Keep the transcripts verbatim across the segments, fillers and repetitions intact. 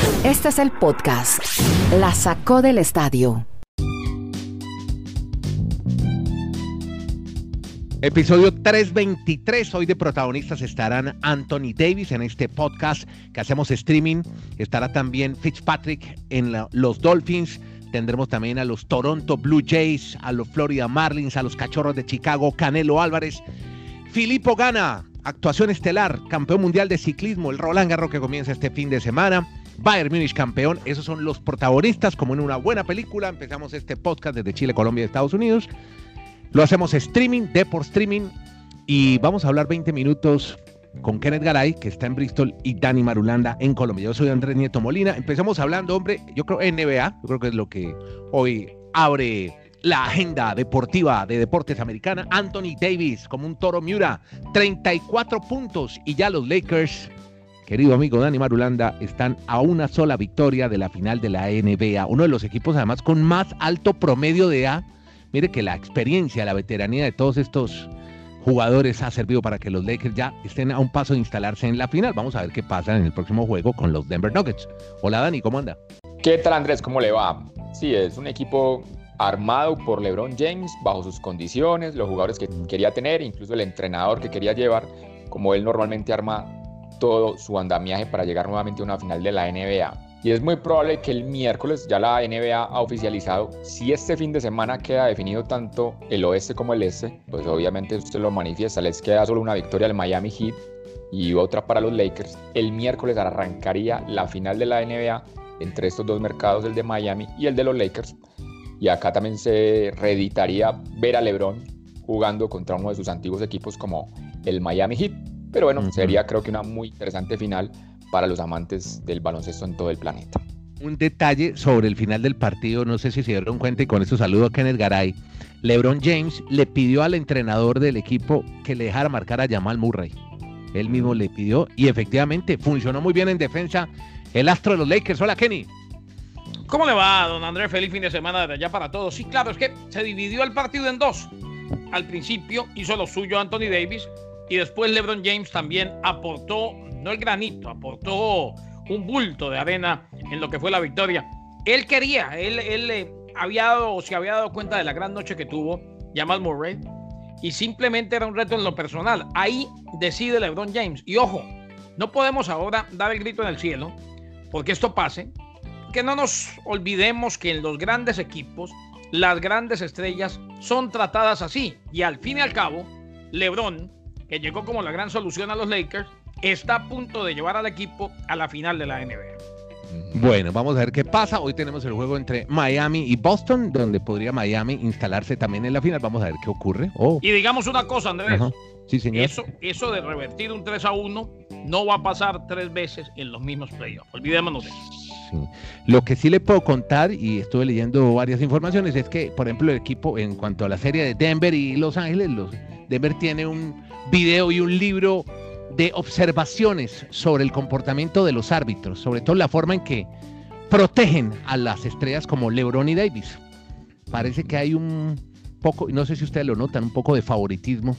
Este es el podcast La Sacó del Estadio. Episodio trescientos veintitrés. Hoy de protagonistas estarán Anthony Davis en este podcast que hacemos streaming. Estará también Fitzpatrick en la, los Dolphins. Tendremos también a los Toronto Blue Jays, a los Florida Marlins, a los Cachorros de Chicago, Canelo Álvarez. Filippo Ganna, actuación estelar, campeón mundial de ciclismo, el Roland Garros que comienza este fin de semana. Bayern Múnich campeón. Esos son los protagonistas, como en una buena película. Empezamos este podcast desde Chile, Colombia y Estados Unidos. Lo hacemos streaming, de por streaming, y vamos a hablar veinte minutos con Kenneth Garay, que está en Bristol, y Dani Marulanda en Colombia. Yo soy Andrés Nieto Molina. Empezamos hablando, hombre, yo creo N B A, yo creo que es lo que hoy abre la agenda deportiva de deportes americana. Anthony Davis, como un toro Miura, treinta y cuatro puntos, y ya los Lakers, querido amigo Dani Marulanda, están a una sola victoria de la final de la N B A. Uno de los equipos, además, con más alto promedio de A. Mire que la experiencia, la veteranía de todos estos jugadores ha servido para que los Lakers ya estén a un paso de instalarse en la final. Vamos a ver qué pasa en el próximo juego con los Denver Nuggets. Hola Dani, ¿cómo anda? ¿Qué tal Andrés? ¿Cómo le va? Sí, es un equipo armado por LeBron James, bajo sus condiciones, los jugadores que quería tener, incluso el entrenador que quería llevar, como él normalmente arma todo su andamiaje para llegar nuevamente a una final de la N B A. Y es muy probable que el miércoles ya la N B A ha oficializado, si este fin de semana queda definido tanto el oeste como el este, pues obviamente usted lo manifiesta, les queda solo una victoria al Miami Heat y otra para los Lakers. El miércoles arrancaría la final de la N B A entre estos dos mercados, el de Miami y el de los Lakers. Y acá también se reeditaría ver a LeBron jugando contra uno de sus antiguos equipos como el Miami Heat. Pero bueno, uh-huh. sería creo que una muy interesante final para los amantes del baloncesto en todo el planeta. Un detalle sobre el final del partido, no sé si se dieron cuenta, y con eso saludo a Kenneth Garay. LeBron James le pidió al entrenador del equipo que le dejara marcar a Jamal Murray. Él mismo le pidió y efectivamente funcionó muy bien en defensa el astro de los Lakers. Hola Kenny. ¿Cómo le va, don Andrés? Feliz fin de semana desde allá para todos. Sí, claro, es que se dividió el partido en dos. Al principio hizo lo suyo Anthony Davis y después LeBron James también aportó, no el granito, aportó un bulto de arena en lo que fue la victoria. Él quería, él, él eh, había dado, se había dado cuenta de la gran noche que tuvo Jamal Murray y simplemente era un reto en lo personal. Ahí decide LeBron James. Y ojo, no podemos ahora dar el grito en el cielo porque esto pase, que no nos olvidemos que en los grandes equipos las grandes estrellas son tratadas así y al fin y al cabo LeBron, que llegó como la gran solución a los Lakers, está a punto de llevar al equipo a la final de la N B A. Bueno, vamos a ver qué pasa. Hoy tenemos el juego entre Miami y Boston, donde podría Miami instalarse también en la final. Vamos a ver qué ocurre. Oh. Y digamos una cosa, Andrés. Ajá. Sí, señor. Eso, eso de revertir un tres a uno no va a pasar tres veces en los mismos playoffs. Olvidémonos de eso. Sí. Lo que sí le puedo contar, y estuve leyendo varias informaciones, es que, por ejemplo, el equipo, en cuanto a la serie de Denver y Los Ángeles, los Denver tiene un video y un libro de observaciones sobre el comportamiento de los árbitros, sobre todo la forma en que protegen a las estrellas como LeBron y Davis. Parece que hay un poco, no sé si ustedes lo notan, un poco de favoritismo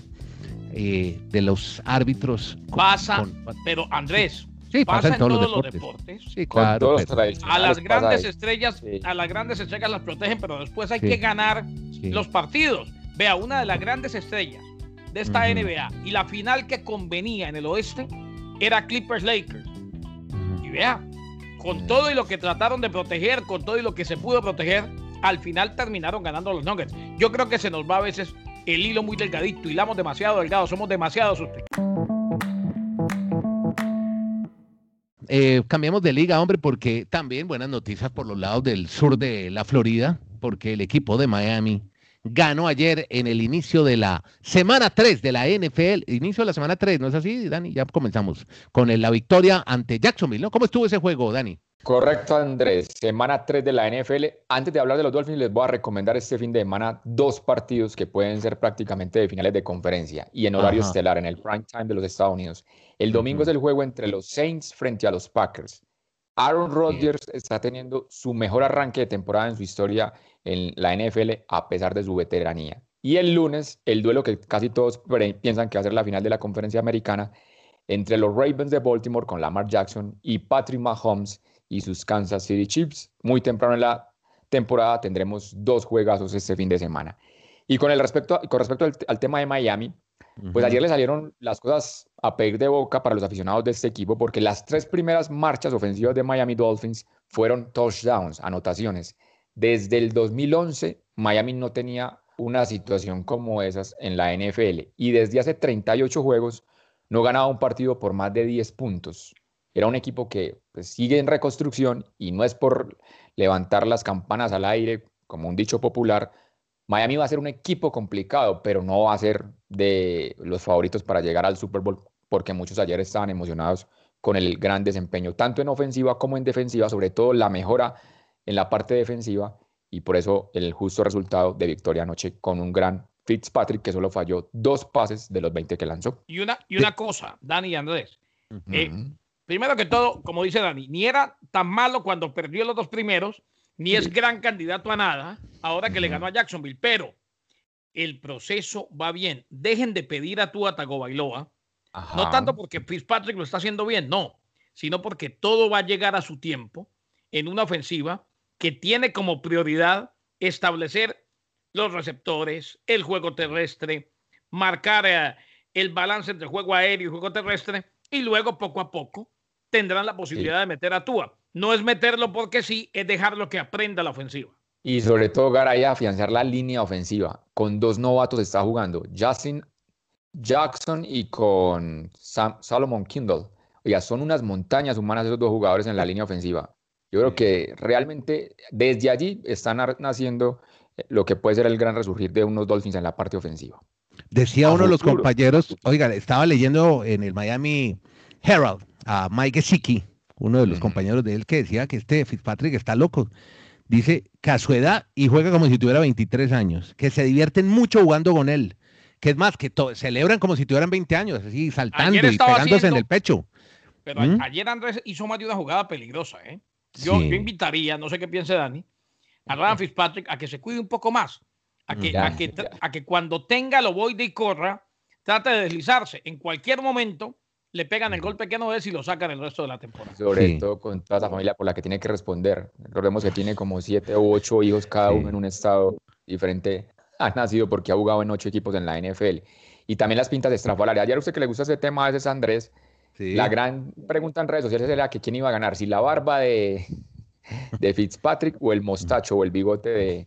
eh, de los árbitros. Con, pasa, con, pero Andrés, sí, pasa, pasa en, en todos, todos los los deportes. deportes. Sí, claro. Todos pero, a las grandes pasa estrellas, sí. a las grandes estrellas las protegen, pero después hay sí. que ganar sí. los partidos. Vea, una de las grandes estrellas de esta uh-huh. N B A y la final que convenía en el oeste era Clippers Lakers. Uh-huh. Y vea, con uh-huh. todo y lo que trataron de proteger, con todo y lo que se pudo proteger, al final terminaron ganando los Nuggets. Yo creo que se nos va a veces el hilo muy delgadito, hilamos demasiado delgado, somos demasiado sospechosos. Eh, cambiamos de liga, hombre, porque también buenas noticias por los lados del sur de la Florida, porque el equipo de Miami ganó ayer en el inicio de la semana tres de la N F L, inicio de la semana tres, ¿no es así, Dani? Ya comenzamos con el, la victoria ante Jacksonville, ¿no? ¿Cómo estuvo ese juego, Dani? Correcto, Andrés. Semana tres de la N F L. Antes de hablar de los Dolphins, les voy a recomendar este fin de semana dos partidos que pueden ser prácticamente de finales de conferencia y en horario Ajá. estelar, en el prime time de los Estados Unidos. El domingo uh-huh. es el juego entre los Saints frente a los Packers. Aaron Rodgers sí. está teniendo su mejor arranque de temporada en su historia en la N F L a pesar de su veteranía. Y el lunes, el duelo que casi todos piensan que va a ser la final de la conferencia americana entre los Ravens de Baltimore con Lamar Jackson y Patrick Mahomes y sus Kansas City Chiefs. Muy temprano en la temporada tendremos dos juegazos este fin de semana. Y con, el respecto, con respecto al, al tema de Miami, pues Ujú. ayer le salieron las cosas a pedir de boca para los aficionados de este equipo, porque las tres primeras marchas ofensivas de Miami Dolphins fueron touchdowns, anotaciones. Desde el dos mil once, Miami no tenía una situación como esas en la N F L. Y desde hace treinta y ocho juegos no ganaba un partido por más de diez puntos. Era un equipo que pues, sigue en reconstrucción y no es por levantar las campanas al aire, como un dicho popular. Miami va a ser un equipo complicado, pero no va a ser de los favoritos para llegar al Super Bowl, porque muchos ayer estaban emocionados con el gran desempeño, tanto en ofensiva como en defensiva, sobre todo la mejora en la parte defensiva, y por eso el justo resultado de victoria anoche con un gran Fitzpatrick que solo falló dos pases de los veinte que lanzó. Y una, y una cosa, Dani y Andrés. Uh-huh. Eh, primero que todo, como dice Dani, ni era tan malo cuando perdió los dos primeros, ni es gran candidato a nada, ahora que uh-huh. le ganó a Jacksonville, pero el proceso va bien. Dejen de pedir a Tua Tagovailoa, Ajá. no tanto porque Fitzpatrick lo está haciendo bien, no, sino porque todo va a llegar a su tiempo en una ofensiva que tiene como prioridad establecer los receptores, el juego terrestre, marcar eh, el balance entre juego aéreo y juego terrestre, y luego poco a poco tendrán la posibilidad sí. de meter a Tua. No es meterlo porque sí, es dejarlo que aprenda la ofensiva. Y sobre todo, Garay, afianzar la línea ofensiva. Con dos novatos está jugando, Justin Jackson y con Sam, Solomon Kindle. Oiga, son unas montañas humanas esos dos jugadores en la línea ofensiva. Yo creo que realmente desde allí están naciendo lo que puede ser el gran resurgir de unos Dolphins en la parte ofensiva. Decía a uno de los compañeros, oiga, estaba leyendo en el Miami Herald a Mike Gesicki, uno de los uh-huh. compañeros de él, que decía que este Fitzpatrick está loco. Dice que a su edad y juega como si tuviera veintitrés años, que se divierten mucho jugando con él, que es más, que to- celebran como si tuvieran veinte años, así saltando y pegándose haciendo, en el pecho. Pero ¿Mm? ayer Andrés hizo más de una jugada peligrosa, ¿eh? Yo, sí. yo invitaría, no sé qué piense Dani, a Ryan Fitzpatrick a que se cuide un poco más, a que, ya, a que, a que cuando tenga el ovoide y corra, trate de deslizarse. En cualquier momento le pegan el golpe que no es y lo sacan el resto de la temporada. Sobre sí. todo con toda esa familia por la que tiene que responder. Recordemos que tiene como siete u ocho hijos, cada sí. uno en un estado diferente. Ha nacido porque ha jugado en ocho equipos en la N F L. Y también las pintas estrafalarias. Ayer a usted que le gusta ese tema a veces, Andrés, sí. la gran pregunta en redes sociales era que quién iba a ganar, si la barba de, de Fitzpatrick o el mostacho o el bigote de,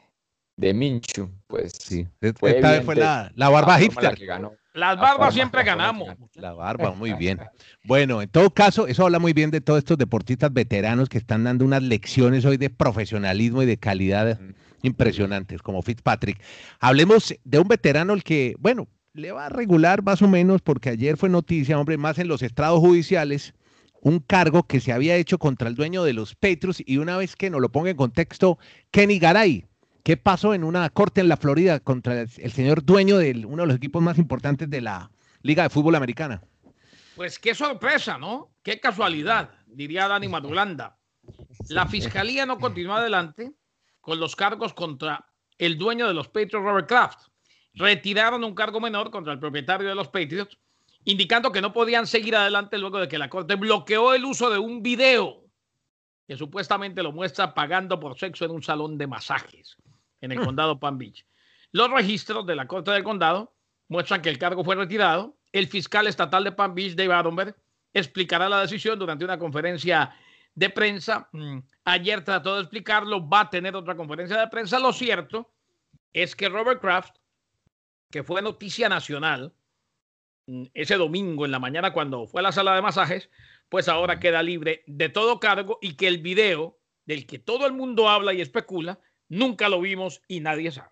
de Minshew. Pues sí. Esta vez fue la, la barba la hipster. La que ganó. Las barbas siempre ganamos. La barba, muy bien. Bueno, en todo caso, eso habla muy bien de todos estos deportistas veteranos que están dando unas lecciones hoy de profesionalismo y de calidad mm. impresionantes, como Fitzpatrick. Hablemos de un veterano el que, bueno, le va a regular más o menos, porque ayer fue noticia, hombre, más en los estrados judiciales, un cargo que se había hecho contra el dueño de los Patriots, y una vez que nos lo ponga en contexto, Kenny Garay. ¿Qué pasó en una corte en la Florida contra el, el señor dueño de uno de los equipos más importantes de la Liga de Fútbol Americana? Pues qué sorpresa, ¿no? Qué casualidad, diría Dani Madulanda. La fiscalía no continuó adelante con los cargos contra el dueño de los Patriots, Robert Kraft. Retiraron un cargo menor contra el propietario de los Patriots, indicando que no podían seguir adelante luego de que la corte bloqueó el uso de un video que supuestamente lo muestra pagando por sexo en un salón de masajes en el condado Palm Beach. Los registros de la Corte del Condado muestran que el cargo fue retirado. El fiscal estatal de Palm Beach, Dave Aronberg, explicará la decisión durante una conferencia de prensa. Ayer trató de explicarlo, va a tener otra conferencia de prensa. Lo cierto es que Robert Kraft, que fue noticia nacional ese domingo en la mañana cuando fue a la sala de masajes, pues ahora queda libre de todo cargo, y que el video del que todo el mundo habla y especula, nunca lo vimos y nadie sabe.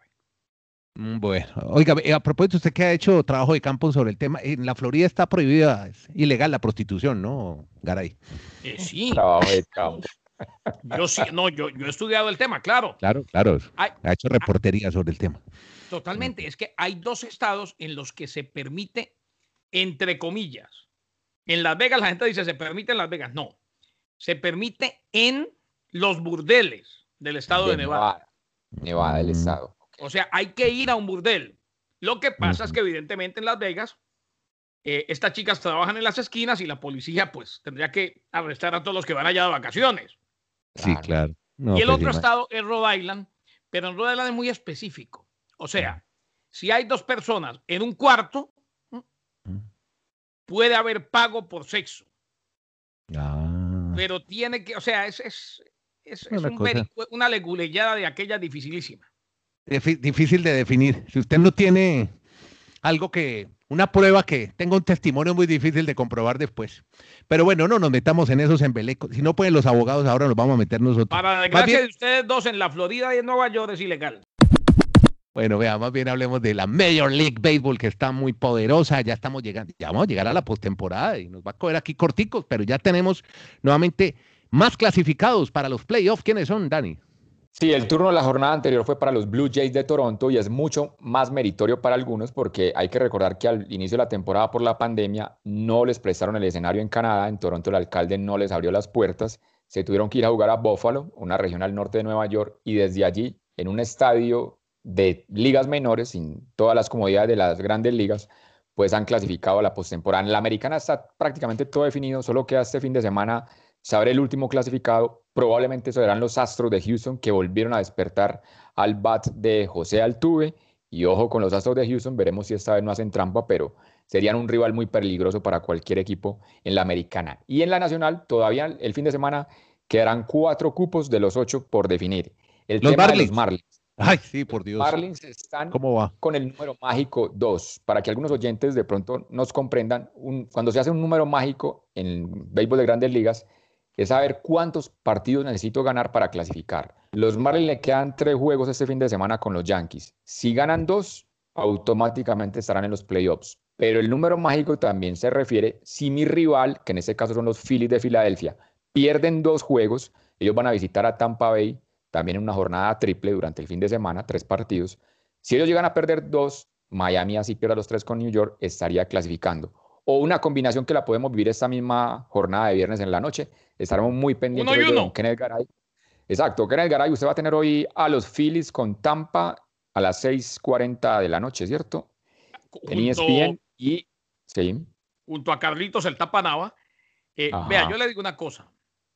Bueno, oiga, a propósito, usted que ha hecho trabajo de campo sobre el tema, en la Florida está prohibida, es ilegal la prostitución, ¿no, Garay? Eh, sí. Trabajo de campo. Yo sí, no, yo, yo he estudiado el tema, claro. Claro, claro, hay, ha hecho reportería hay, sobre el tema. Totalmente, es que hay dos estados en los que se permite, entre comillas, en Las Vegas la gente dice se permite en Las Vegas, no, se permite en los burdeles del estado de, de Nevada. Nevada. Nevada del estado. O sea, hay que ir a un burdel. Lo que pasa uh-huh. es que evidentemente en Las Vegas eh, estas chicas trabajan en las esquinas y la policía pues tendría que arrestar a todos los que van allá de vacaciones. Sí, claro. No, y el pues, otro sí, estado es Rhode Island, pero en Rhode Island es muy específico. O sea, si hay dos personas en un cuarto, puede haber pago por sexo. Ah. Pero tiene que, o sea, es, es, es, es Una un cosa. vericu- una leguleyada de aquella dificilísima. Difí- difícil de definir. Si usted no tiene algo que, una prueba que tenga un testimonio muy difícil de comprobar después. Pero bueno, no nos metamos en esos embelecos. Si no pueden los abogados, ahora nos vamos a meter nosotros. Para Más desgracia bien- de ustedes dos, en la Florida y en Nueva York es ilegal. Bueno, vea, más bien hablemos de la Major League Baseball, que está muy poderosa. Ya estamos llegando, ya vamos a llegar a la postemporada y nos va a coger aquí corticos, pero ya tenemos nuevamente más clasificados para los playoffs. ¿Quiénes son, Dani? Sí, el turno de la jornada anterior fue para los Blue Jays de Toronto y es mucho más meritorio para algunos porque hay que recordar que al inicio de la temporada por la pandemia no les prestaron el escenario en Canadá. En Toronto el alcalde no les abrió las puertas. Se tuvieron que ir a jugar a Buffalo, una región al norte de Nueva York, y desde allí, en un estadio de ligas menores, sin todas las comodidades de las grandes ligas, pues han clasificado a la postemporada. En la americana está prácticamente todo definido, solo queda este fin de semana saber el último clasificado. Probablemente serán los Astros de Houston, que volvieron a despertar al bat de José Altuve. Y ojo con los Astros de Houston, veremos si esta vez no hacen trampa, pero serían un rival muy peligroso para cualquier equipo en la americana. Y en la nacional, todavía el fin de semana quedarán cuatro cupos de los ocho por definir. El Los tema de Marlins. los Marlins. Ay, sí, por Dios. Marlins están ¿Cómo va? con el número mágico dos. Para que algunos oyentes de pronto nos comprendan, un, cuando se hace un número mágico en el béisbol de grandes ligas, es saber cuántos partidos necesito ganar para clasificar. Los Marlins le quedan tres juegos este fin de semana con los Yankees. Si ganan dos, automáticamente estarán en los playoffs. Pero el número mágico también se refiere si mi rival, que en este caso son los Phillies de Filadelfia, pierden dos juegos, ellos van a visitar a Tampa Bay, también en una jornada triple durante el fin de semana, tres partidos. Si ellos llegan a perder dos, Miami así pierda los tres con New York, estaría clasificando. O una combinación que la podemos vivir esta misma jornada de viernes en la noche. Estaremos muy pendientes Uno y de uno. don Kenneth Garay. Exacto, Kenneth Garay, usted va a tener hoy a los Phillies con Tampa a las seis cuarenta de la noche, ¿cierto? En E S P N Junto, y... Sí. junto a Carlitos el Tapanava. Eh, Ajá. vea, yo le digo una cosa.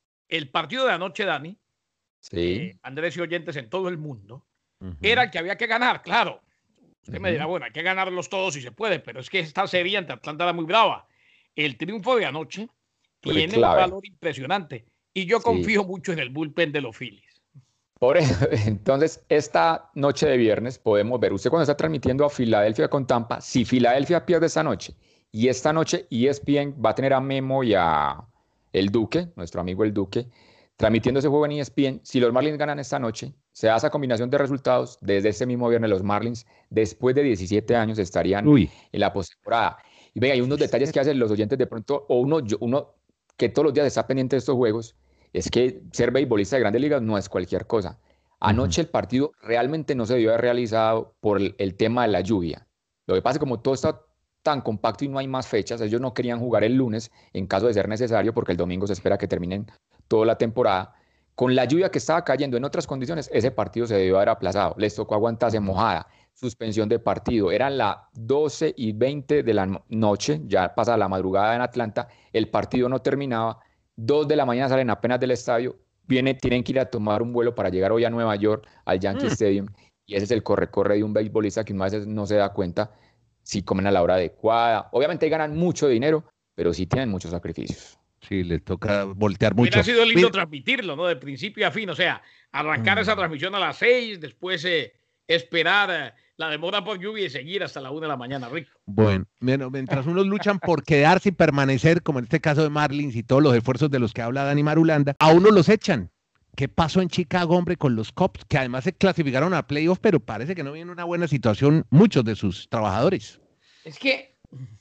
El partido de anoche, Dani, Sí. eh, Andrés y oyentes en todo el mundo, Ujú. era el que había que ganar, claro. Usted me Ujú. dirá, bueno, hay que ganarlos todos si se puede, pero es que esta serie ante Atlanta era muy brava. El triunfo de anoche Fue tiene clave. un valor impresionante y yo Sí. confío mucho en el bullpen de los Phillies. Por eso, entonces, esta noche de viernes podemos ver, usted cuando está transmitiendo a Filadelfia con Tampa, si Filadelfia pierde esta noche y esta noche E S P N va a tener a Memo y a El Duque, nuestro amigo El Duque, transmitiendo ese juego en E S P N, si los Marlins ganan esta noche, se da esa combinación de resultados, desde este mismo viernes los Marlins, después de diecisiete años, estarían Uy, en la postemporada. Y venga, hay unos detalles que hacen los oyentes de pronto, o uno, yo- uno que todos los días está pendiente de estos juegos, es que ser beisbolista de grandes ligas no es cualquier cosa. Anoche el partido realmente no se debió haber realizado por el, el tema de la lluvia. Lo que pasa es que como todo está tan compacto y no hay más fechas, ellos no querían jugar el lunes en caso de ser necesario, porque el domingo se espera que terminen toda la temporada. Con la lluvia que estaba cayendo en otras condiciones, ese partido se debió haber aplazado. Les tocó aguantarse mojada, suspensión de partido. Eran las doce y veinte de la no- noche, ya pasada la madrugada en Atlanta, el partido no terminaba. dos de la mañana salen apenas del estadio, viene, tienen que ir a tomar un vuelo para llegar hoy a Nueva York, al Yankee Mm. Stadium, y ese es el corre-corre de un beisbolista que uno a veces no se da cuenta si comen a la hora adecuada. Obviamente ahí ganan mucho dinero, pero sí tienen muchos sacrificios. sí, les toca voltear mucho. Hubiera sido lindo Mira, transmitirlo, ¿no? De principio a fin, o sea, arrancar Mm. esa transmisión a las seis, después eh, esperar eh, la demora por lluvia y seguir hasta la una de la mañana, Rico. bueno, bueno, mientras unos luchan por quedarse y permanecer, como en este caso de Marlins y todos los esfuerzos de los que habla Dani Marulanda, a uno los echan. ¿Qué pasó en Chicago, hombre, con los Cubs? Que además se clasificaron a playoffs, pero parece que no viene una buena situación muchos de sus trabajadores. Es que,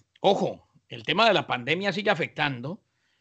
ojo, el tema de la pandemia sigue afectando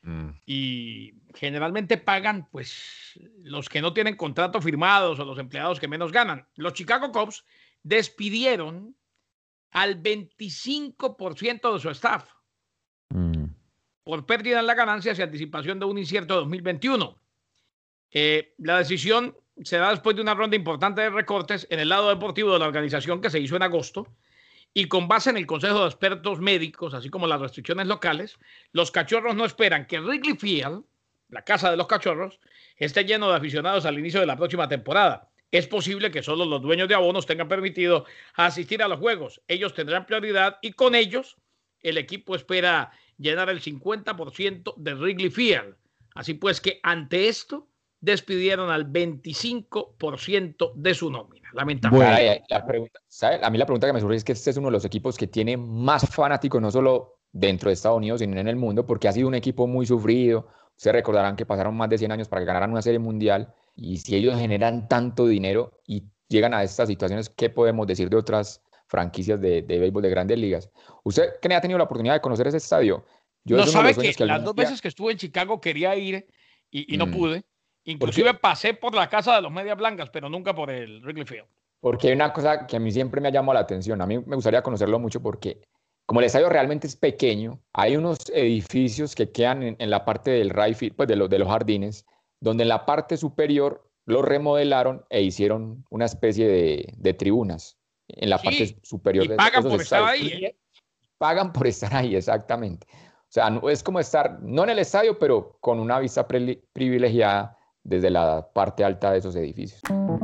y generalmente pagan pues los que no tienen contrato firmados o los empleados que menos ganan. Los Chicago Cubs despidieron al veinticinco por ciento de su staff Mm. por pérdida en la ganancia y anticipación de un incierto dos mil veintiuno. Eh, la decisión se da después de una ronda importante de recortes en el lado deportivo de la organización que se hizo en agosto y con base en el Consejo de Expertos Médicos, así como las restricciones locales, los Cachorros no esperan que Wrigley Field, la casa de los Cachorros, esté lleno de aficionados al inicio de la próxima temporada. Es posible que solo los dueños de abonos tengan permitido asistir a los juegos. Ellos tendrán prioridad y con ellos el equipo espera llenar el cincuenta por ciento de Wrigley Field. Así pues que ante esto despidieron al veinticinco por ciento de su nómina. Lamentable. Bueno, la pregunta, ¿sabe? A mí la pregunta que me surge es que este es uno de los equipos que tiene más fanáticos, no solo dentro de Estados Unidos, sino en el mundo, porque ha sido un equipo muy sufrido. Ustedes recordarán que pasaron más de cien años para que ganaran una serie mundial, y si ellos generan tanto dinero y llegan a estas situaciones, ¿qué podemos decir de otras franquicias de, de béisbol de grandes ligas? ¿Usted qué ha tenido la oportunidad de conocer ese estadio? Yo no sabe que, que las dos día... veces que estuve en Chicago quería ir y, y mm. no pude. Inclusive pasé por la casa de los Medias Blancas, pero nunca por el Wrigley Field. Porque hay una cosa que a mí siempre me ha llamado la atención. A mí me gustaría conocerlo mucho porque como el estadio realmente es pequeño, hay unos edificios que quedan en, en la parte del right field, pues de, lo, de los jardines, donde en la parte superior lo remodelaron e hicieron una especie de, de tribunas en la sí, parte superior. Y de pagan esos por estadios. estar ahí. ¿eh? Pagan por estar ahí, exactamente. O sea, no, es como estar, no en el estadio, pero con una vista pre- privilegiada desde la parte alta de esos edificios.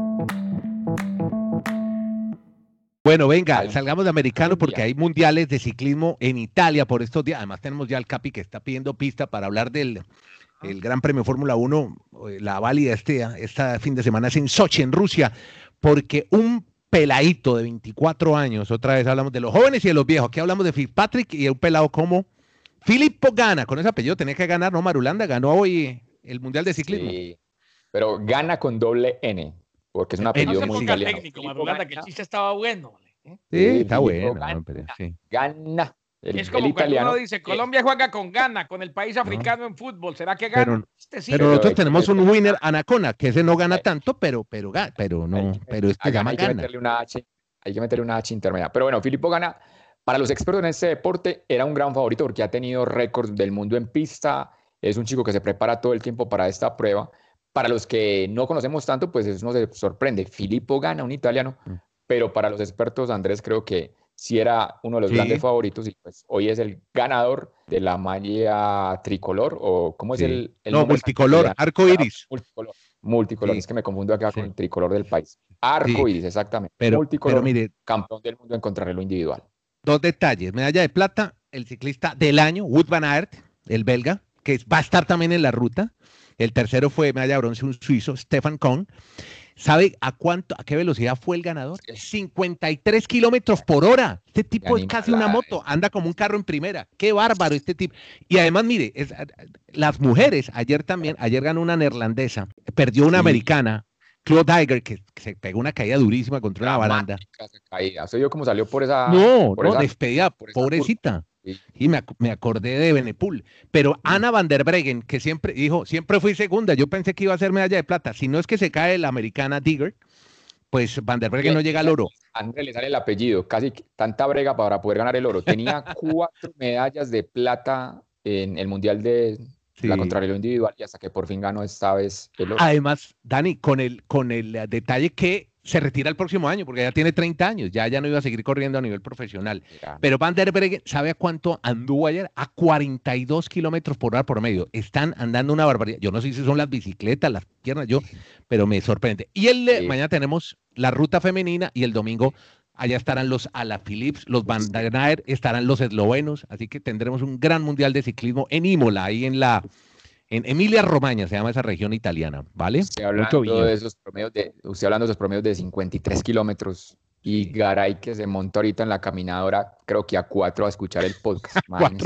Bueno, venga, salgamos de americano porque hay mundiales de ciclismo en Italia por estos días. Además tenemos ya al Capi que está pidiendo pista para hablar del el Gran Premio Fórmula uno, la válida este, este fin de semana es en Sochi, en Rusia, porque un peladito de veinticuatro años, otra vez hablamos de los jóvenes y de los viejos, aquí hablamos de Fitzpatrick y de un pelado como Filippo Ganna, con ese apellido tenía que ganar, ¿no? Marulanda ganó hoy el Mundial de Ciclismo. Sí. Pero Ganna con doble N, porque es un apellido no muy italiano. Técnico, Marulanda, que el chiste estaba bueno. ¿eh? Sí, sí, está bueno. Ganna. No, pero, sí. Ganna. El, es como el cuando italiano. uno dice, Colombia juega con Ghana, con el país africano no. en fútbol. ¿Será que gana? Pero, este sí, pero, pero nosotros tenemos un winner Anacona, que ese no gana tanto, pero, pero, pero no, pero este llama hay Ganna. Que meterle una H, hay que meterle una H intermedia. Pero bueno, Filippo Ganna, para los expertos en este deporte, era un gran favorito porque ha tenido récords del mundo en pista. Es un chico que se prepara todo el tiempo para esta prueba. Para los que no conocemos tanto, pues eso nos sorprende. Filippo Ganna, un italiano, mm. pero para los expertos, Andrés, creo que sí era uno de los sí. grandes favoritos y pues hoy es el ganador de la malla tricolor o ¿cómo es sí. el, el No, multicolor, arco iris. Multicolor, multicolor. Sí. Es que me confundo acá sí. con el tricolor del país. Arco iris, sí. exactamente. Pero, multicolor, pero mire, campeón del mundo en contrarreloj individual. Dos detalles. Medalla de plata, el ciclista del año, Wout van Aert, el belga, que va a estar también en la ruta. El tercero fue medalla de bronce, un suizo, Stefan Kohn. ¿Sabe a cuánto, a qué velocidad fue el ganador? cincuenta y tres kilómetros por hora. Este tipo es casi una moto, anda como un carro en primera. Qué bárbaro este tipo. Y además, mire, es, las mujeres, ayer también, ayer ganó una neerlandesa, perdió una sí. americana, Claude Eiger, que, que se pegó una caída durísima contra una baranda. Caída. ¿Se vio cómo salió por esa? No, por no, esa, despedida, por esa pobrecita. Curva. Sí. Y me, me acordé de Benepool, pero Ana van der Breggen, que siempre dijo, siempre fui segunda, yo pensé que iba a ser medalla de plata, si no es que se cae la americana Digger, pues van der Breggen no llega al oro. A André le sale el apellido, casi tanta brega para poder ganar el oro, tenía cuatro medallas de plata en el Mundial de sí. la contrarreloj individual y hasta que por fin ganó esta vez el oro. Además, Dani, con el, con el detalle que se retira el próximo año, porque ya tiene treinta años, ya, ya no iba a seguir corriendo a nivel profesional. Mira. Pero Van der Breggen, ¿sabe a cuánto anduvo ayer? A cuarenta y dos kilómetros por hora por medio. Están andando una barbaridad. Yo no sé si son las bicicletas, las piernas, yo, pero me sorprende. Y el sí. mañana tenemos la ruta femenina y el domingo allá estarán los Alaphilippe, los Van der Aert, estarán los eslovenos, así que tendremos un gran mundial de ciclismo en Imola, ahí en la... En Emilia-Romagna se llama esa región italiana, ¿vale? Usted hablando, de esos promedios de, usted hablando de esos promedios de cincuenta y tres kilómetros y Garay que se montó ahorita en la caminadora, creo que a cuatro a escuchar el podcast. cuatro.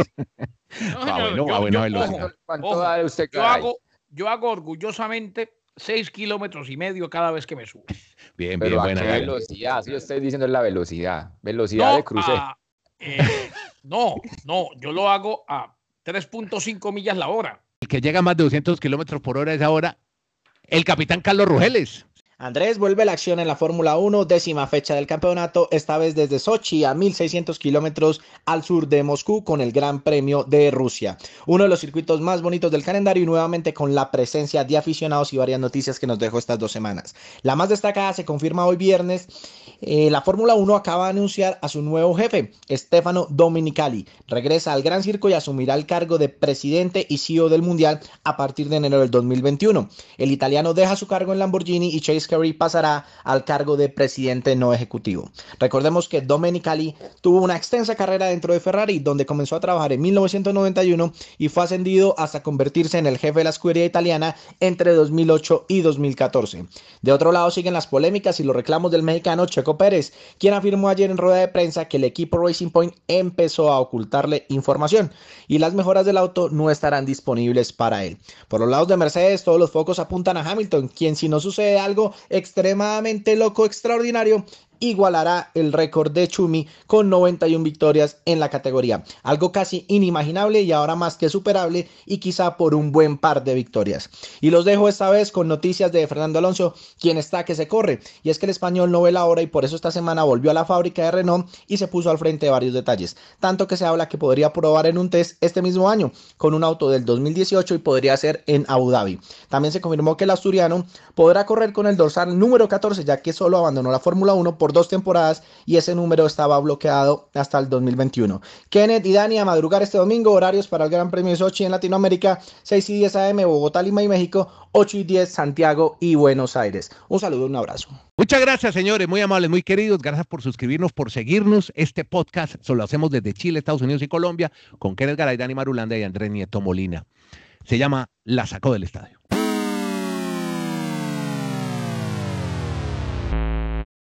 Ah, bueno, ah, bueno, velocidad. ¿Cuánto da usted, yo, hago, yo hago orgullosamente seis kilómetros y medio cada vez que me subo. Bien, Pero bien, ¿a buena. qué velocidad? Si yo estoy diciendo la velocidad. Velocidad no, de cruce. A, eh, no, no, yo lo hago a tres punto cinco millas la hora. El que llega a más de doscientos kilómetros por hora es ahora el capitán Carlos Rugeles. Andrés, vuelve la acción en la Fórmula uno, décima fecha del campeonato, esta vez desde Sochi a mil seiscientos kilómetros al sur de Moscú con el Gran Premio de Rusia. Uno de los circuitos más bonitos del calendario y nuevamente con la presencia de aficionados y varias noticias que nos dejó estas dos semanas. La más destacada se confirma hoy viernes. Eh, la Fórmula uno acaba de anunciar a su nuevo jefe, Stefano Domenicali. Regresa al Gran Circo y asumirá el cargo de presidente y C E O del Mundial a partir de enero del dos mil veintiuno. El italiano deja su cargo en Lamborghini y Chase Carey pasará al cargo de presidente no ejecutivo. Recordemos que Domenicali tuvo una extensa carrera dentro de Ferrari, donde comenzó a trabajar en mil novecientos noventa y uno y fue ascendido hasta convertirse en el jefe de la escudería italiana entre dos mil ocho y dos mil catorce. De otro lado siguen las polémicas y los reclamos del mexicano Checo Pérez, quien afirmó ayer en rueda de prensa que el equipo Racing Point empezó a ocultarle información y las mejoras del auto no estarán disponibles para él. Por los lados de Mercedes, todos los focos apuntan a Hamilton, quien, si no sucede algo extremadamente loco, extraordinario, igualará el récord de Schumi con noventa y una victorias en la categoría, algo casi inimaginable y ahora más que superable, y quizá por un buen par de victorias. Y los dejo esta vez con noticias de Fernando Alonso, quien está que se corre, y es que el español no ve la hora y por eso esta semana volvió a la fábrica de Renault y se puso al frente de varios detalles, tanto que se habla que podría probar en un test este mismo año con un auto del dos mil dieciocho y podría ser en Abu Dhabi. También se confirmó que el asturiano podrá correr con el dorsal número catorce, ya que solo abandonó la Fórmula uno por por dos temporadas y ese número estaba bloqueado hasta el dos mil veintiuno. Kenneth y Dani, a madrugar este domingo, horarios para el Gran Premio de Sochi en Latinoamérica, seis y diez a eme Bogotá, Lima y México, ocho y diez Santiago y Buenos Aires. Un saludo, un abrazo. Muchas gracias, señores, muy amables, muy queridos. Gracias por suscribirnos, por seguirnos. Este podcast solo hacemos desde Chile, Estados Unidos y Colombia con Kenneth Garay, Dani Marulanda y Andrés Nieto Molina. Se llama La Sacó del Estadio.